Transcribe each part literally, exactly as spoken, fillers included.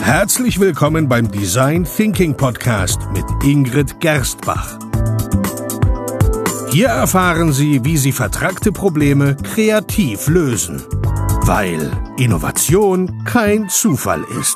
Herzlich willkommen beim Design Thinking Podcast mit Ingrid Gerstbach. Hier erfahren Sie, wie Sie vertrackte Probleme kreativ lösen, weil Innovation kein Zufall ist.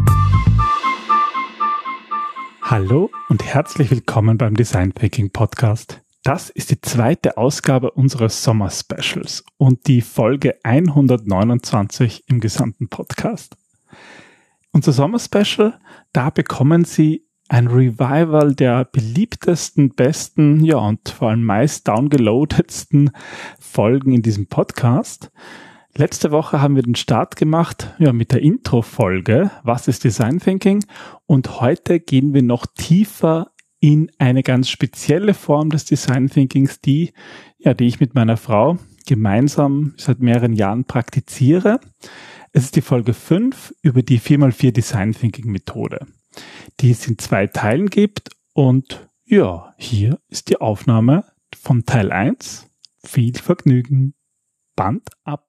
Hallo und herzlich willkommen beim Design Thinking Podcast. Das ist die zweite Ausgabe unseres Sommer-Specials und die Folge hundertneunundzwanzig im gesamten Podcast. Unser Sommer-Special, da bekommen Sie ein Revival der beliebtesten, besten, ja und vor allem meist downgeloadetsten Folgen in diesem Podcast. Letzte Woche haben wir den Start gemacht, ja, mit der Intro-Folge, was ist Design Thinking? Und heute gehen wir noch tiefer in eine ganz spezielle Form des Design Thinkings, die, ja, die ich mit meiner Frau gemeinsam seit mehreren Jahren praktiziere. Es ist die Folge fünf über die vier mal vier Design Thinking Methode, die es in zwei Teilen gibt. Und ja, hier ist die Aufnahme von Teil eins. Viel Vergnügen. Band ab.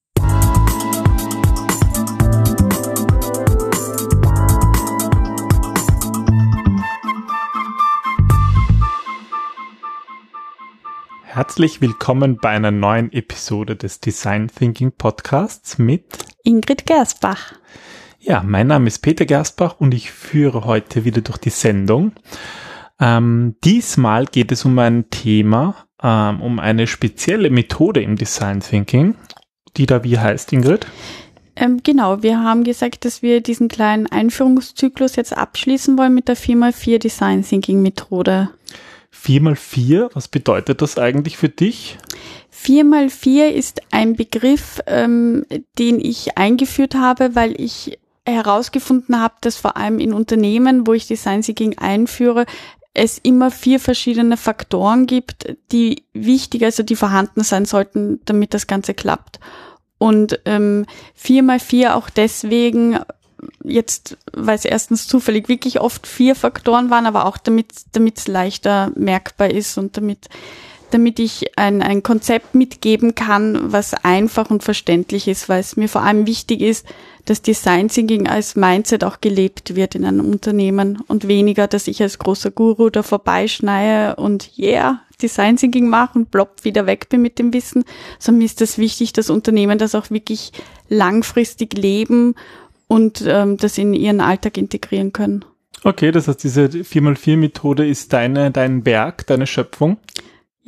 Herzlich willkommen bei einer neuen Episode des Design Thinking Podcasts mit Ingrid Gerstbach. Ja, mein Name ist Peter Gerstbach und ich führe heute wieder durch die Sendung. Ähm, diesmal geht es um ein Thema, ähm, um eine spezielle Methode im Design Thinking, die da wie heißt, Ingrid? Ähm, genau, wir haben gesagt, dass wir diesen kleinen Einführungszyklus jetzt abschließen wollen mit der vier mal vier Design Thinking Methode. vier mal vier, was bedeutet das eigentlich für dich? vier mal vier ist ein Begriff, ähm, den ich eingeführt habe, weil ich herausgefunden habe, dass vor allem in Unternehmen, wo ich Design Thinking einführe, es immer vier verschiedene Faktoren gibt, die wichtig, also die vorhanden sein sollten, damit das Ganze klappt. Und ähm, vier mal vier auch deswegen, jetzt, weil es erstens zufällig wirklich oft vier Faktoren waren, aber auch damit damit es leichter merkbar ist und damit damit ich ein ein Konzept mitgeben kann, was einfach und verständlich ist, weil es mir vor allem wichtig ist, dass Design Thinking als Mindset auch gelebt wird in einem Unternehmen und weniger, dass ich als großer Guru da vorbeischneie und yeah, Design Thinking mache und plopp wieder weg bin mit dem Wissen, sondern mir ist das wichtig, dass Unternehmen das auch wirklich langfristig leben und ähm, das in ihren Alltag integrieren können. Okay, das heißt, diese vier mal vier Methode ist deine, dein Werk, deine Schöpfung? Ja.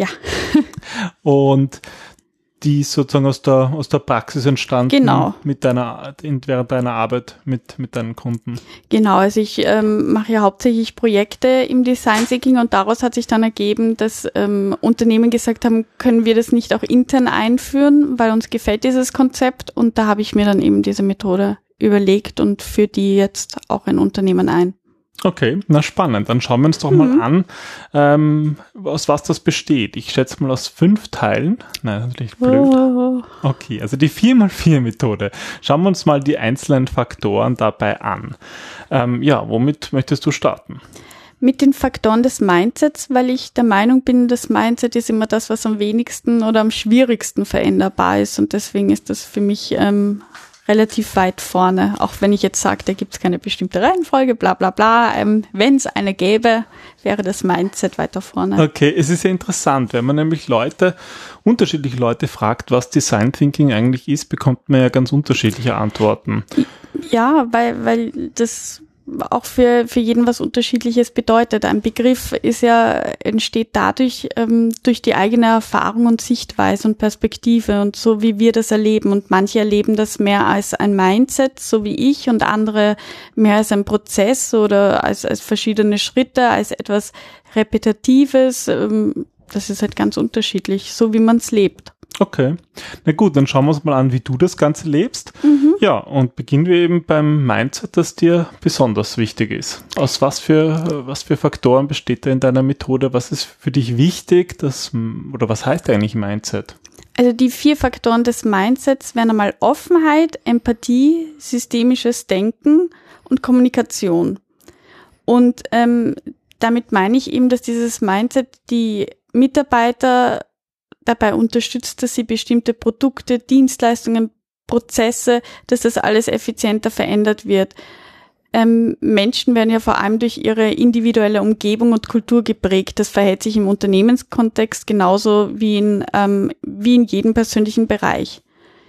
Und die ist sozusagen aus der, aus der Praxis entstanden? Genau. Mit deiner, während deiner Arbeit mit, mit deinen Kunden? Genau, also ich ähm, mache ja hauptsächlich Projekte im Design Thinking und daraus hat sich dann ergeben, dass ähm, Unternehmen gesagt haben, können wir das nicht auch intern einführen, weil uns gefällt dieses Konzept, und da habe ich mir dann eben diese Methode überlegt und führe die jetzt auch in Unternehmen ein. Okay, na spannend. Dann schauen wir uns doch mhm. mal an, ähm, aus was das besteht. Ich schätze mal aus fünf Teilen. Nein, natürlich blöd. Oh. Okay, also die vier mal vier Methode. Schauen wir uns mal die einzelnen Faktoren dabei an. Ähm, ja, womit möchtest du starten? Mit den Faktoren des Mindsets, weil ich der Meinung bin, das Mindset ist immer das, was am wenigsten oder am schwierigsten veränderbar ist, und deswegen ist das für mich ähm, relativ weit vorne, auch wenn ich jetzt sage, da gibt es keine bestimmte Reihenfolge, bla bla bla. Ähm, wenn es eine gäbe, wäre das Mindset weiter vorne. Okay, es ist ja interessant, wenn man nämlich Leute, unterschiedliche Leute fragt, was Design Thinking eigentlich ist, bekommt man ja ganz unterschiedliche Antworten. Ja, weil, weil das auch für für jeden was Unterschiedliches bedeutet. Ein Begriff ist ja entsteht dadurch ähm, durch die eigene Erfahrung und Sichtweise und Perspektive und so, wie wir das erleben. Und manche erleben das mehr als ein Mindset, so wie ich, und andere mehr als ein Prozess oder als als verschiedene Schritte, als etwas Repetitives. Ähm, das ist halt ganz unterschiedlich, so wie man es lebt. Okay, na gut, dann schauen wir uns mal an, wie du das Ganze lebst. Mhm. Ja, und beginnen wir eben beim Mindset, das dir besonders wichtig ist. Aus was für was für Faktoren besteht da in deiner Methode? Was ist für dich wichtig? Das, oder was heißt eigentlich Mindset? Also die vier Faktoren des Mindsets wären einmal Offenheit, Empathie, systemisches Denken und Kommunikation. Und ähm, damit meine ich eben, dass dieses Mindset die Mitarbeiter dabei unterstützt, dass sie bestimmte Produkte, Dienstleistungen, Prozesse, dass das alles effizienter verändert wird. Ähm, Menschen werden ja vor allem durch ihre individuelle Umgebung und Kultur geprägt. Das verhält sich im Unternehmenskontext genauso wie in, ähm, wie in jedem persönlichen Bereich.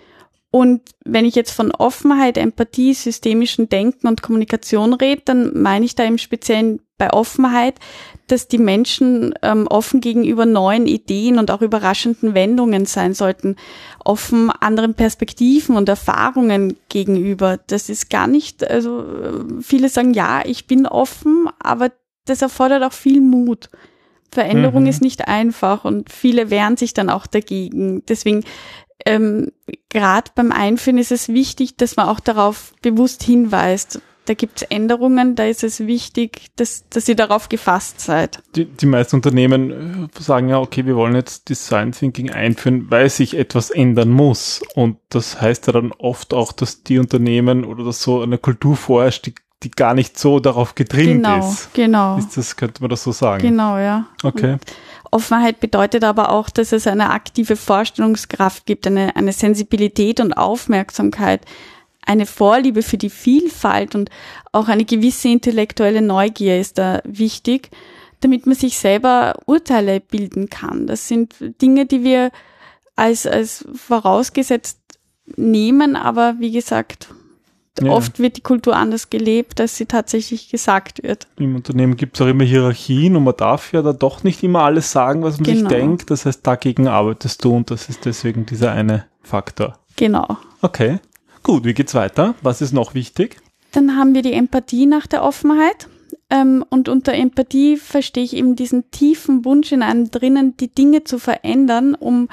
Und wenn ich jetzt von Offenheit, Empathie, systemischem Denken und Kommunikation rede, dann meine ich da im Speziellen bei Offenheit, dass die Menschen ähm, offen gegenüber neuen Ideen und auch überraschenden Wendungen sein sollten, offen anderen Perspektiven und Erfahrungen gegenüber. Das ist gar nicht, also viele sagen, ja, ich bin offen, aber das erfordert auch viel Mut. Veränderung mhm. ist nicht einfach und viele wehren sich dann auch dagegen. Deswegen Ähm, gerade beim Einführen ist es wichtig, dass man auch darauf bewusst hinweist. Da gibt es Änderungen, da ist es wichtig, dass, dass ihr darauf gefasst seid. Die, die meisten Unternehmen sagen ja, okay, wir wollen jetzt Design Thinking einführen, weil sich etwas ändern muss. Und das heißt ja dann oft auch, dass die Unternehmen oder dass so eine Kultur vorherrscht, die, die gar nicht so darauf getrimmt genau, ist. Genau, genau. Ist das, könnte man das so sagen? Genau, ja. Okay. Und Offenheit bedeutet aber auch, dass es eine aktive Vorstellungskraft gibt, eine, eine Sensibilität und Aufmerksamkeit, eine Vorliebe für die Vielfalt und auch eine gewisse intellektuelle Neugier ist da wichtig, damit man sich selber Urteile bilden kann. Das sind Dinge, die wir als, als vorausgesetzt nehmen, aber wie gesagt, ja. Oft wird die Kultur anders gelebt, als sie tatsächlich gesagt wird. Im Unternehmen gibt es auch immer Hierarchien und man darf ja da doch nicht immer alles sagen, was man genau. sich denkt. Das heißt, dagegen arbeitest du und das ist deswegen dieser eine Faktor. Genau. Okay, gut. Wie geht's weiter? Was ist noch wichtig? Dann haben wir die Empathie nach der Offenheit. Ähm, und unter Empathie verstehe ich eben diesen tiefen Wunsch in einem drinnen, die Dinge zu verändern, um,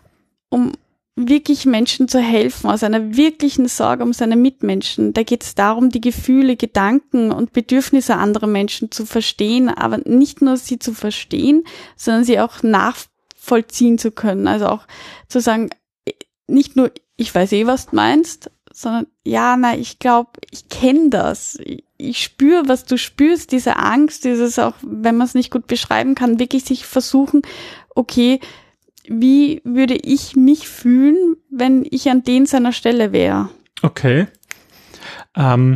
um wirklich Menschen zu helfen, aus einer wirklichen Sorge um seine Mitmenschen. Da geht es darum, die Gefühle, Gedanken und Bedürfnisse anderer Menschen zu verstehen, aber nicht nur sie zu verstehen, sondern sie auch nachvollziehen zu können. Also auch zu sagen, nicht nur, ich weiß eh, was du meinst, sondern ja, na, ich glaube, ich kenne das. Ich, ich spüre, was du spürst, diese Angst, dieses auch, wenn man es nicht gut beschreiben kann, wirklich sich versuchen, okay, wie würde ich mich fühlen, wenn ich an den seiner Stelle wäre? Okay. Ähm,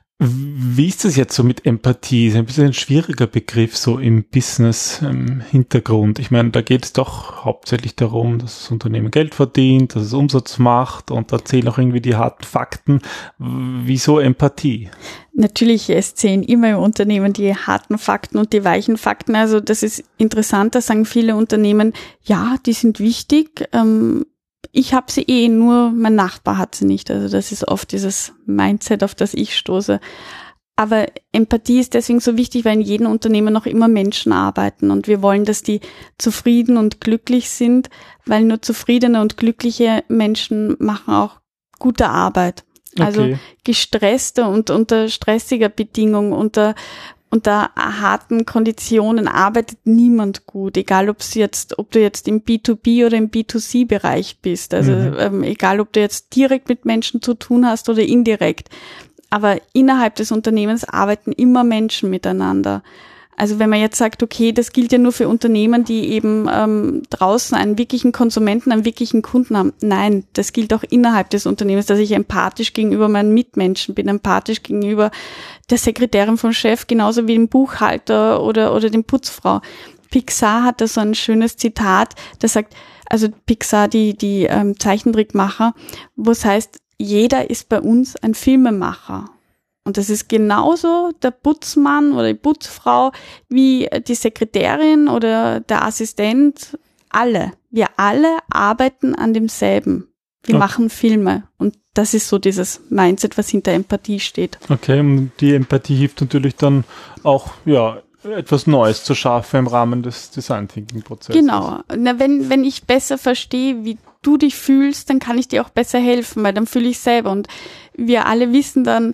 wie ist das jetzt so mit Empathie? Ist ein bisschen ein schwieriger Begriff so im Business-Hintergrund. Ich meine, da geht es doch hauptsächlich darum, dass das Unternehmen Geld verdient, dass es Umsatz macht und da zählen auch irgendwie die harten Fakten. Wieso Empathie? Natürlich, es zählen immer im Unternehmen die harten Fakten und die weichen Fakten. Also das ist interessant, da sagen viele Unternehmen, ja, die sind wichtig, ähm, ich habe sie eh, nur mein Nachbar hat sie nicht. Also das ist oft dieses Mindset, auf das ich stoße. Aber Empathie ist deswegen so wichtig, weil in jedem Unternehmen noch immer Menschen arbeiten und wir wollen, dass die zufrieden und glücklich sind, weil nur zufriedene und glückliche Menschen machen auch gute Arbeit. Also okay. Gestresste und unter stressiger Bedingung, unter unter harten Konditionen arbeitet niemand gut, egal ob jetzt, ob du jetzt im B zwei B oder im B zwei C Bereich bist. Also mhm. ähm, egal, ob du jetzt direkt mit Menschen zu tun hast oder indirekt. Aber innerhalb des Unternehmens arbeiten immer Menschen miteinander. Also wenn man jetzt sagt, okay, das gilt ja nur für Unternehmen, die eben ähm, draußen einen wirklichen Konsumenten, einen wirklichen Kunden haben. Nein, das gilt auch innerhalb des Unternehmens, dass ich empathisch gegenüber meinen Mitmenschen bin, empathisch gegenüber der Sekretärin vom Chef, genauso wie dem Buchhalter oder oder dem Putzfrau. Pixar hat da so ein schönes Zitat, das sagt, also Pixar, die die ähm, Zeichentrickmacher, wo es heißt, jeder ist bei uns ein Filmemacher. Und das ist genauso der Putzmann oder die Putzfrau wie die Sekretärin oder der Assistent. Alle. Wir alle arbeiten an demselben. Wir okay. machen Filme. Und das ist so dieses Mindset, was hinter Empathie steht. Okay, und die Empathie hilft natürlich dann auch, ja, etwas Neues zu schaffen im Rahmen des Design Thinking Prozesses. Genau. Na, wenn, wenn ich besser verstehe, wie du dich fühlst, dann kann ich dir auch besser helfen, weil dann fühle ich selber. Und wir alle wissen dann,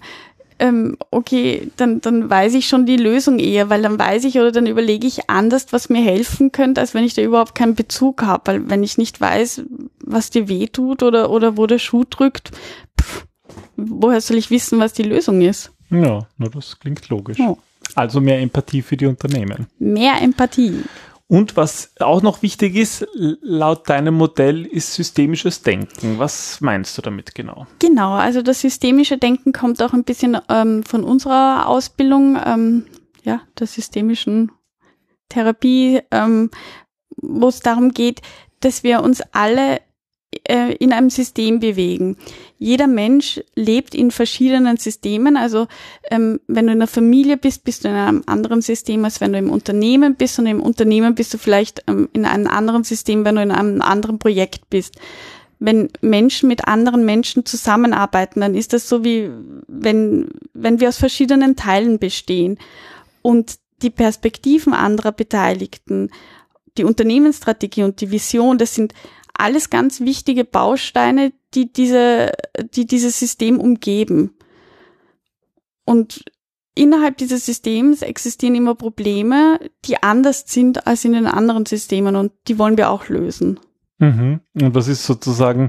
okay, dann, dann weiß ich schon die Lösung eher, weil dann weiß ich oder dann überlege ich anders, was mir helfen könnte, als wenn ich da überhaupt keinen Bezug habe, weil wenn ich nicht weiß, was dir weh tut oder, oder wo der Schuh drückt, pff, woher soll ich wissen, was die Lösung ist? Ja, na, das klingt logisch. Oh. Also mehr Empathie für die Unternehmen. Mehr Empathie. Und was auch noch wichtig ist, laut deinem Modell, ist systemisches Denken. Was meinst du damit genau? Genau, also das systemische Denken kommt auch ein bisschen ähm, von unserer Ausbildung, ähm, ja, der systemischen Therapie, ähm, wo es darum geht, dass wir uns alle äh, in einem System bewegen. Jeder Mensch lebt in verschiedenen Systemen, also ähm, wenn du in einer Familie bist, bist du in einem anderen System, als wenn du im Unternehmen bist, und im Unternehmen bist du vielleicht ähm, in einem anderen System, wenn du in einem anderen Projekt bist. Wenn Menschen mit anderen Menschen zusammenarbeiten, dann ist das so, wie wenn, wenn wir aus verschiedenen Teilen bestehen. Und die Perspektiven anderer Beteiligten, die Unternehmensstrategie und die Vision, das sind alles ganz wichtige Bausteine, die diese, die dieses System umgeben. Und innerhalb dieses Systems existieren immer Probleme, die anders sind als in den anderen Systemen, und die wollen wir auch lösen. Mhm. Und was ist sozusagen,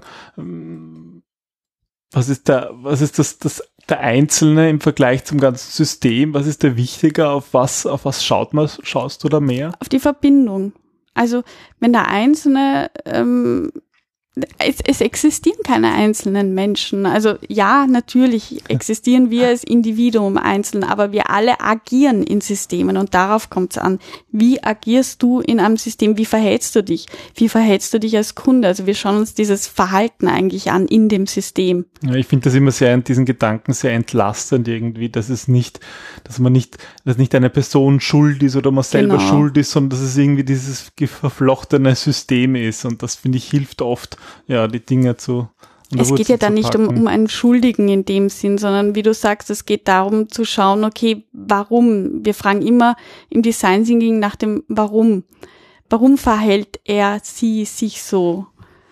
was ist der, was ist das, das, der Einzelne im Vergleich zum ganzen System? Was ist der wichtiger? Auf was, auf was schaut man, schaust du da mehr? Auf die Verbindung. Also wenn der Einzelne, ähm, es, es existieren keine einzelnen Menschen. Also ja, natürlich existieren wir als Individuum einzeln, aber wir alle agieren in Systemen, und darauf kommt es an. Wie agierst du in einem System? Wie verhältst du dich? Wie verhältst du dich als Kunde? Also wir schauen uns dieses Verhalten eigentlich an in dem System. Ja, ich finde das immer sehr, diesen Gedanken sehr entlastend irgendwie, dass es nicht, dass man nicht, dass nicht eine Person schuld ist oder man selber Genau. schuld ist, sondern dass es irgendwie dieses verflochtene System ist, und das, finde ich, hilft oft, ja, die Dinge zu Es geht ja dann nicht um, um einen Schuldigen in dem Sinn, sondern wie du sagst, es geht darum zu schauen, okay, warum? Wir fragen immer im Design Thinking nach dem Warum. Warum verhält er, sie sich so?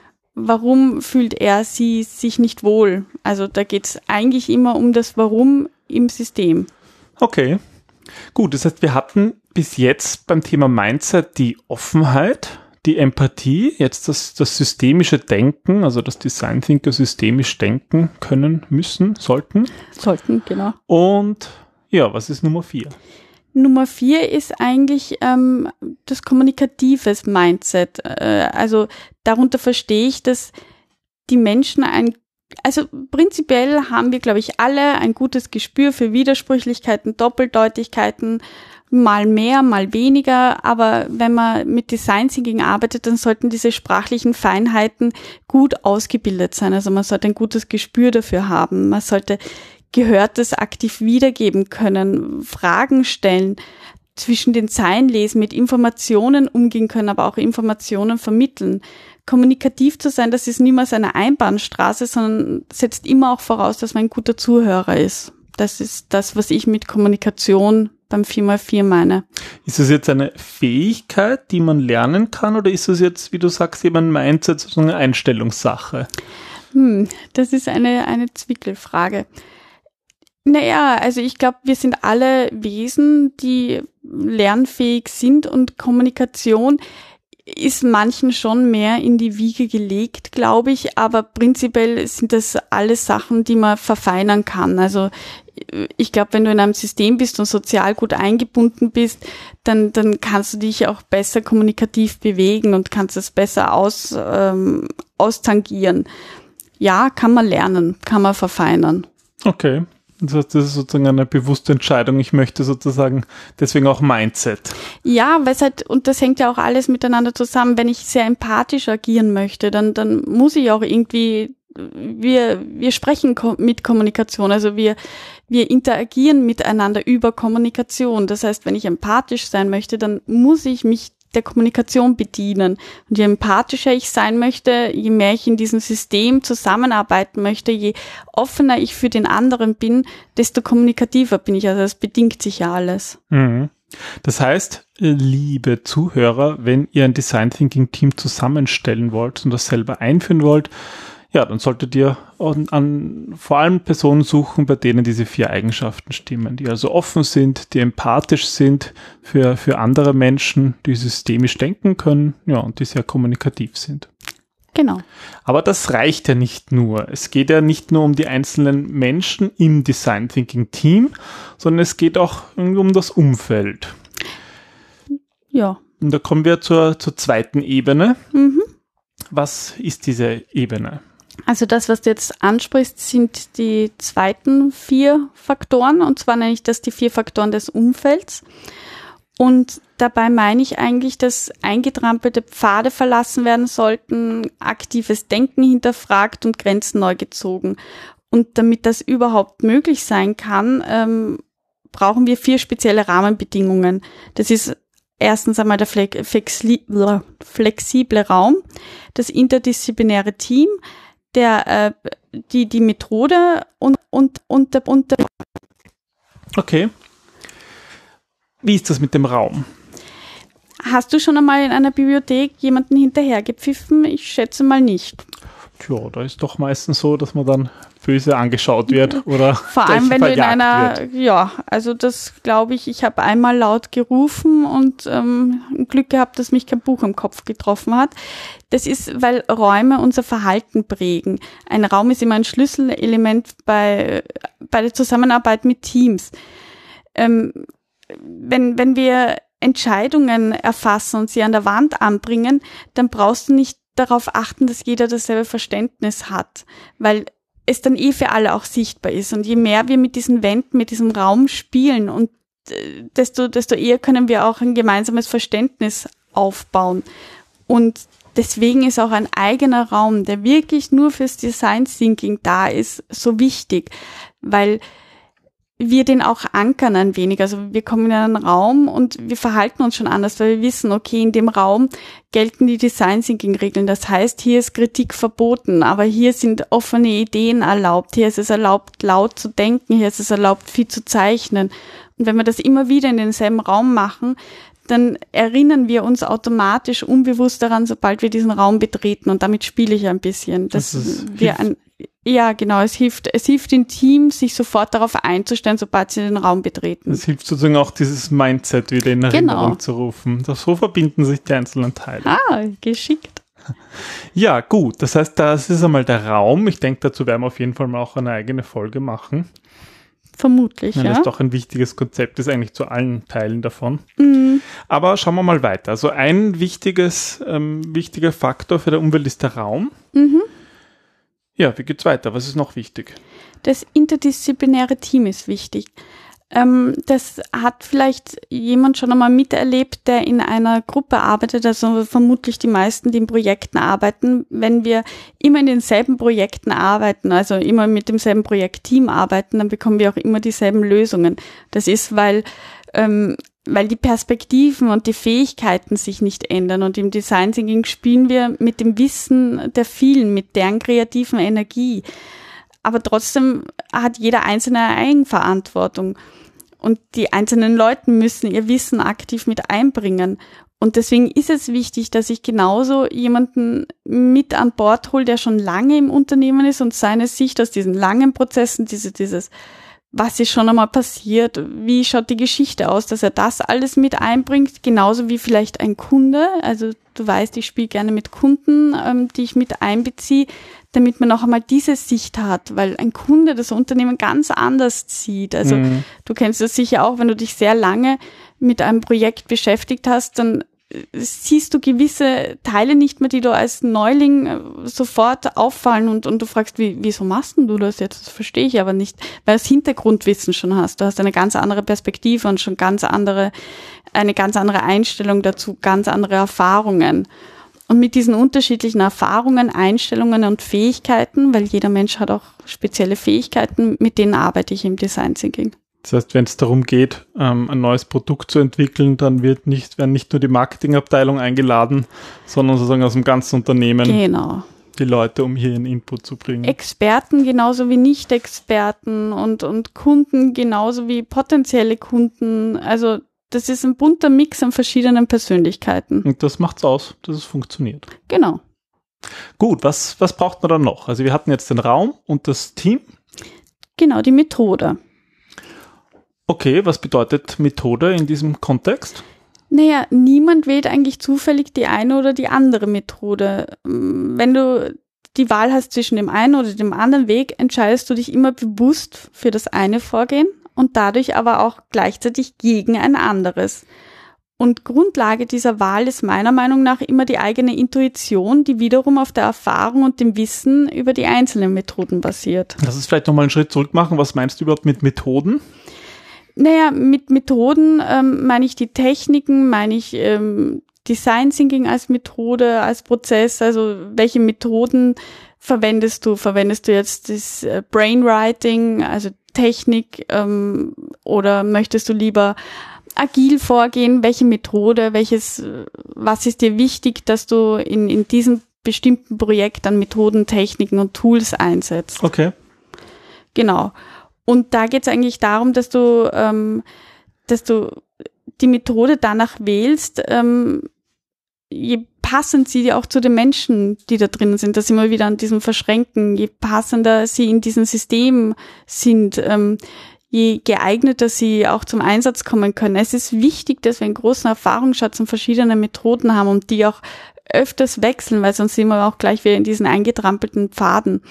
Warum fühlt er, sie sich nicht wohl? Also da geht es eigentlich immer um das Warum im System. Okay, gut. Das heißt, wir hatten bis jetzt beim Thema Mindset die Offenheit, die Empathie, jetzt das, das systemische Denken, also das Design Thinker systemisch denken können, müssen, sollten. Sollten, genau. Und ja, was ist Nummer vier? Nummer vier ist eigentlich ähm, das kommunikatives Mindset. Äh, also darunter verstehe ich, dass die Menschen ein, also prinzipiell haben wir, glaube ich, alle ein gutes Gespür für Widersprüchlichkeiten, Doppeldeutigkeiten, mal mehr, mal weniger, aber wenn man mit Design Thinking arbeitet, dann sollten diese sprachlichen Feinheiten gut ausgebildet sein. Also man sollte ein gutes Gespür dafür haben. Man sollte Gehörtes aktiv wiedergeben können, Fragen stellen, zwischen den Zeilen lesen, mit Informationen umgehen können, aber auch Informationen vermitteln. Kommunikativ zu sein, das ist niemals eine Einbahnstraße, sondern setzt immer auch voraus, dass man ein guter Zuhörer ist. Das ist das, was ich mit Kommunikation beim vier mal vier meine. Ist das jetzt eine Fähigkeit, die man lernen kann, oder ist das jetzt, wie du sagst, eben ein Mindset, so eine Einstellungssache? Hm, das ist eine, eine Zwickelfrage. Naja, also ich glaube, wir sind alle Wesen, die lernfähig sind, und Kommunikation ist manchen schon mehr in die Wiege gelegt, glaube ich, aber prinzipiell sind das alles Sachen, die man verfeinern kann. Also ich glaube, wenn du in einem System bist und sozial gut eingebunden bist, dann dann kannst du dich auch besser kommunikativ bewegen und kannst es besser aus ähm, austangieren. Ja, kann man lernen, kann man verfeinern. Okay. Das heißt, das ist sozusagen eine bewusste Entscheidung. Ich möchte sozusagen deswegen auch Mindset. Ja, weil es halt, und das hängt ja auch alles miteinander zusammen. Wenn ich sehr empathisch agieren möchte, dann, dann muss ich auch irgendwie, wir, wir sprechen ko- mit Kommunikation. Also wir, wir interagieren miteinander über Kommunikation. Das heißt, wenn ich empathisch sein möchte, dann muss ich mich der Kommunikation bedienen. Und je empathischer ich sein möchte, je mehr ich in diesem System zusammenarbeiten möchte, je offener ich für den anderen bin, desto kommunikativer bin ich. Also das bedingt sich ja alles. Mhm. Das heißt, liebe Zuhörer, wenn ihr ein Design Thinking Team zusammenstellen wollt und das selber einführen wollt, ja, dann solltet ihr an, an vor allem Personen suchen, bei denen diese vier Eigenschaften stimmen, die also offen sind, die empathisch sind für, für andere Menschen, die systemisch denken können, ja, und die sehr kommunikativ sind. Genau. Aber das reicht ja nicht nur. Es geht ja nicht nur um die einzelnen Menschen im Design Thinking Team, sondern es geht auch um das Umfeld. Ja. Und da kommen wir zur, zur zweiten Ebene. Mhm. Was ist diese Ebene? Also das, was du jetzt ansprichst, sind die zweiten vier Faktoren. Und zwar nenne ich das die vier Faktoren des Umfelds. Und dabei meine ich eigentlich, dass eingetrampelte Pfade verlassen werden sollten, aktives Denken hinterfragt und Grenzen neu gezogen. Und damit das überhaupt möglich sein kann, ähm, brauchen wir vier spezielle Rahmenbedingungen. Das ist erstens einmal der flexi- flexible Raum, das interdisziplinäre Team, der äh, die die Methode und und und der, und der Okay. Wie ist das mit dem Raum? Hast du schon einmal in einer Bibliothek jemanden hinterhergepfiffen? Ich schätze mal nicht. Tja, da ist doch meistens so, dass man dann böse angeschaut wird oder vor allem wenn du in einer, wird. ja, also das glaube ich, ich habe einmal laut gerufen und ähm, Glück gehabt, dass mich kein Buch im Kopf getroffen hat. Das ist, weil Räume unser Verhalten prägen. Ein Raum ist immer ein Schlüsselelement bei bei der Zusammenarbeit mit Teams. Ähm, wenn wenn wir Entscheidungen erfassen und sie an der Wand anbringen, dann brauchst du nicht darauf achten, dass jeder dasselbe Verständnis hat, weil es dann eh für alle auch sichtbar ist. Und je mehr wir mit diesen Wänden, mit diesem Raum spielen, und äh, desto, desto eher können wir auch ein gemeinsames Verständnis aufbauen. Und deswegen ist auch ein eigener Raum, der wirklich nur fürs Design Thinking da ist, so wichtig, weil wir den auch ankern ein wenig. Also wir kommen in einen Raum und wir verhalten uns schon anders, weil wir wissen, okay, in dem Raum gelten die Design Thinking Regeln. Das heißt, hier ist Kritik verboten, aber hier sind offene Ideen erlaubt. Hier ist es erlaubt, laut zu denken. Hier ist es erlaubt, viel zu zeichnen. Und wenn wir das immer wieder in denselben Raum machen, dann erinnern wir uns automatisch unbewusst daran, sobald wir diesen Raum betreten. Und damit spiele ich ein bisschen. Dass das ist, wir ein, ja, genau. Es hilft, es hilft dem Team, sich sofort darauf einzustellen, sobald sie den Raum betreten. Es hilft sozusagen auch, dieses Mindset wieder in Erinnerung genau. zu rufen. So verbinden sich die einzelnen Teile. Ah, geschickt. Ja, gut. Das heißt, das ist einmal der Raum. Ich denke, dazu werden wir auf jeden Fall mal auch eine eigene Folge machen. Vermutlich, ja. ja. Das ist doch ein wichtiges Konzept, ist eigentlich zu allen Teilen davon. Mhm. Aber schauen wir mal weiter. Also ein wichtiges, ähm, wichtiger Faktor für die Umwelt ist der Raum. Mhm. Ja, wie geht's weiter? Was ist noch wichtig? Das interdisziplinäre Team ist wichtig. Ähm, das hat vielleicht jemand schon einmal miterlebt, der in einer Gruppe arbeitet, also vermutlich die meisten, die in Projekten arbeiten. Wenn wir immer in denselben Projekten arbeiten, also immer mit demselben Projektteam arbeiten, dann bekommen wir auch immer dieselben Lösungen. Das ist, weil ähm, weil die Perspektiven und die Fähigkeiten sich nicht ändern. Und im Design Thinking spielen wir mit dem Wissen der vielen, mit deren kreativen Energie. Aber trotzdem hat jeder Einzelne eine Eigenverantwortung. Und die einzelnen Leute müssen ihr Wissen aktiv mit einbringen. Und deswegen ist es wichtig, dass ich genauso jemanden mit an Bord hole, der schon lange im Unternehmen ist und seine Sicht aus diesen langen Prozessen, diese, dieses, was ist schon einmal passiert, wie schaut die Geschichte aus, dass er das alles mit einbringt, genauso wie vielleicht ein Kunde. Also du weißt, ich spiele gerne mit Kunden, ähm, die ich mit einbeziehe, damit man auch einmal diese Sicht hat, weil ein Kunde das Unternehmen ganz anders sieht. Also mhm. du kennst das sicher auch, wenn du dich sehr lange mit einem Projekt beschäftigt hast, dann siehst du gewisse Teile nicht mehr, die du als Neuling sofort auffallen und, und du fragst, wie, wieso machst denn du das jetzt? Das verstehe ich aber nicht, weil du das Hintergrundwissen schon hast. Du hast eine ganz andere Perspektive und schon ganz andere, eine ganz andere Einstellung dazu, ganz andere Erfahrungen. Und mit diesen unterschiedlichen Erfahrungen, Einstellungen und Fähigkeiten, weil jeder Mensch hat auch spezielle Fähigkeiten, mit denen arbeite ich im Design Thinking. Das heißt, wenn es darum geht, ähm, ein neues Produkt zu entwickeln, dann wird nicht, werden nicht nur die Marketingabteilung eingeladen, sondern sozusagen aus dem ganzen Unternehmen genau. die Leute, um hier ihren Input zu bringen. Experten genauso wie Nicht-Experten und, und Kunden genauso wie potenzielle Kunden. Also das ist ein bunter Mix an verschiedenen Persönlichkeiten. Und das macht's aus, dass es funktioniert. Genau. Gut, was, was braucht man dann noch? Also wir hatten jetzt den Raum und das Team. Genau, die Methode. Okay, was bedeutet Methode in diesem Kontext? Naja, niemand wählt eigentlich zufällig die eine oder die andere Methode. Wenn du die Wahl hast zwischen dem einen oder dem anderen Weg, entscheidest du dich immer bewusst für das eine Vorgehen und dadurch aber auch gleichzeitig gegen ein anderes. Und Grundlage dieser Wahl ist meiner Meinung nach immer die eigene Intuition, die wiederum auf der Erfahrung und dem Wissen über die einzelnen Methoden basiert. Lass uns vielleicht nochmal einen Schritt zurück machen. Was meinst du überhaupt mit Methoden? Naja, mit Methoden ähm, meine ich die Techniken, meine ich ähm, Design Thinking als Methode, als Prozess. Also welche Methoden verwendest du? Verwendest du jetzt das äh, Brainwriting, also Technik, ähm, oder möchtest du lieber agil vorgehen? Welche Methode, welches, was ist dir wichtig, dass du in, in diesem bestimmten Projekt an Methoden, Techniken und Tools einsetzt? Okay. Genau. Und da geht es eigentlich darum, dass du, ähm, dass du die Methode danach wählst, ähm, je passend sie auch zu den Menschen, die da drin sind, dass sie immer wieder an diesem Verschränken, je passender sie in diesem System sind, ähm, je geeigneter sie auch zum Einsatz kommen können. Es ist wichtig, dass wir einen großen Erfahrungsschatz und verschiedene Methoden haben und die auch öfters wechseln, weil sonst sind wir auch gleich wieder in diesen eingetrampelten Pfaden.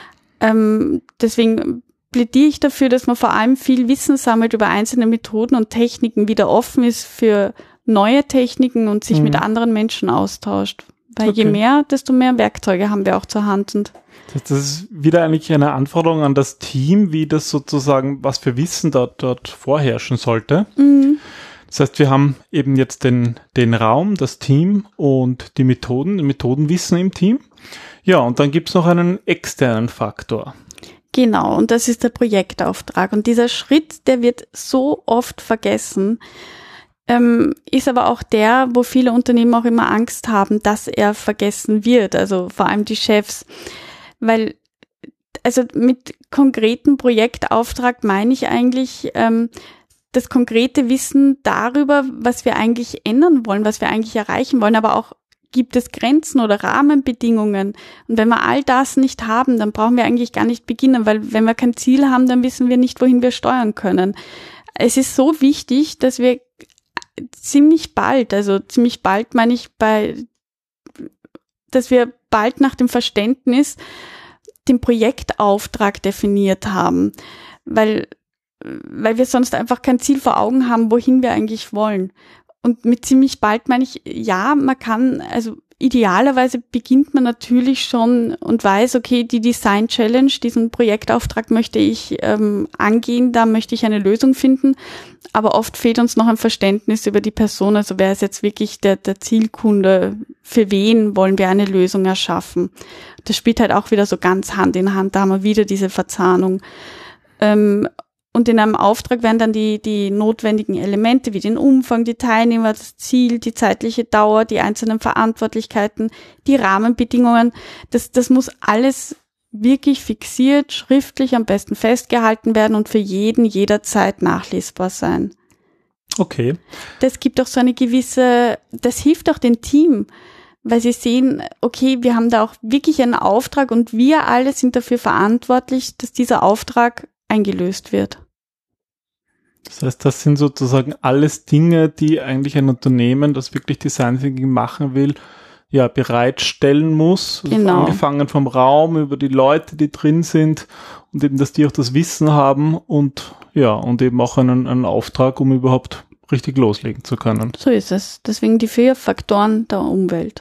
Ähm, deswegen plädiere ich dafür, dass man vor allem viel Wissen sammelt über einzelne Methoden und Techniken, wieder offen ist für neue Techniken und sich mhm. mit anderen Menschen austauscht. Weil okay. je mehr, desto mehr Werkzeuge haben wir auch zur Hand. Und das ist wieder eigentlich eine Anforderung an das Team, wie das sozusagen, was für Wissen dort, dort vorherrschen sollte. Mhm. Das heißt, wir haben eben jetzt den, den Raum, das Team und die Methoden, Methodenwissen im Team. Ja, und dann gibt es noch einen externen Faktor. Genau, und das ist der Projektauftrag. Und dieser Schritt, der wird so oft vergessen, ähm, ist aber auch der, wo viele Unternehmen auch immer Angst haben, dass er vergessen wird, also vor allem die Chefs. Weil, also mit konkreten Projektauftrag meine ich eigentlich ähm, das konkrete Wissen darüber, was wir eigentlich ändern wollen, was wir eigentlich erreichen wollen, aber auch gibt es Grenzen oder Rahmenbedingungen. Und wenn wir all das nicht haben, dann brauchen wir eigentlich gar nicht beginnen, weil wenn wir kein Ziel haben, dann wissen wir nicht, wohin wir steuern können. Es ist so wichtig, dass wir ziemlich bald, also ziemlich bald meine ich bei, dass wir bald nach dem Verständnis den Projektauftrag definiert haben, weil, weil wir sonst einfach kein Ziel vor Augen haben, wohin wir eigentlich wollen. Und mit ziemlich bald meine ich, ja, man kann, also idealerweise beginnt man natürlich schon und weiß, okay, die Design Challenge, diesen Projektauftrag möchte ich ähm, angehen, da möchte ich eine Lösung finden, aber oft fehlt uns noch ein Verständnis über die Person, also wer ist jetzt wirklich der, der Zielkunde, für wen wollen wir eine Lösung erschaffen. Das spielt halt auch wieder so ganz Hand in Hand, da haben wir wieder diese Verzahnung. Ähm, Und in einem Auftrag werden dann die, die notwendigen Elemente wie den Umfang, die Teilnehmer, das Ziel, die zeitliche Dauer, die einzelnen Verantwortlichkeiten, die Rahmenbedingungen, das, das muss alles wirklich fixiert, schriftlich am besten festgehalten werden und für jeden jederzeit nachlesbar sein. Okay. Das gibt auch so eine gewisse, das hilft auch dem Team, weil sie sehen, okay, wir haben da auch wirklich einen Auftrag und wir alle sind dafür verantwortlich, dass dieser Auftrag eingelöst wird. Das heißt, das sind sozusagen alles Dinge, die eigentlich ein Unternehmen, das wirklich Design Thinking machen will, ja, bereitstellen muss. Also genau. Angefangen vom Raum über die Leute, die drin sind und eben, dass die auch das Wissen haben und ja, und eben auch einen, einen Auftrag, um überhaupt richtig loslegen zu können. So ist es. Deswegen die vier Faktoren der Umwelt.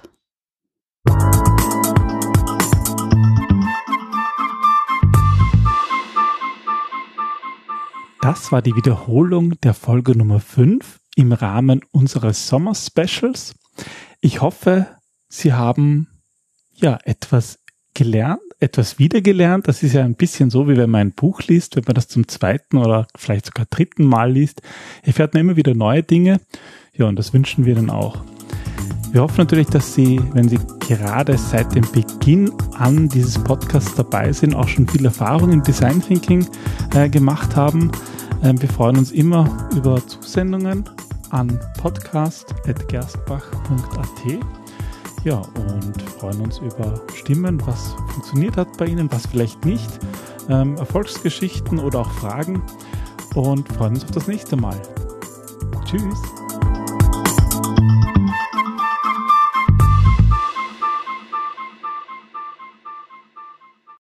Das war die Wiederholung der Folge Nummer fünf im Rahmen unseres Sommer-Specials. Ich hoffe, Sie haben ja etwas gelernt, etwas wiedergelernt. Das ist ja ein bisschen so, wie wenn man ein Buch liest, wenn man das zum zweiten oder vielleicht sogar dritten Mal liest. Erfährt man immer wieder neue Dinge. Ja, und das wünschen wir dann auch. Wir hoffen natürlich, dass Sie, wenn Sie gerade seit dem Beginn an dieses Podcasts dabei sind, auch schon viel Erfahrung im Design Thinking äh, gemacht haben. Ähm, wir freuen uns immer über Zusendungen an podcast at gerstbach punkt a t. Ja, und freuen uns über Stimmen, was funktioniert hat bei Ihnen, was vielleicht nicht, ähm, Erfolgsgeschichten oder auch Fragen und freuen uns auf das nächste Mal. Tschüss!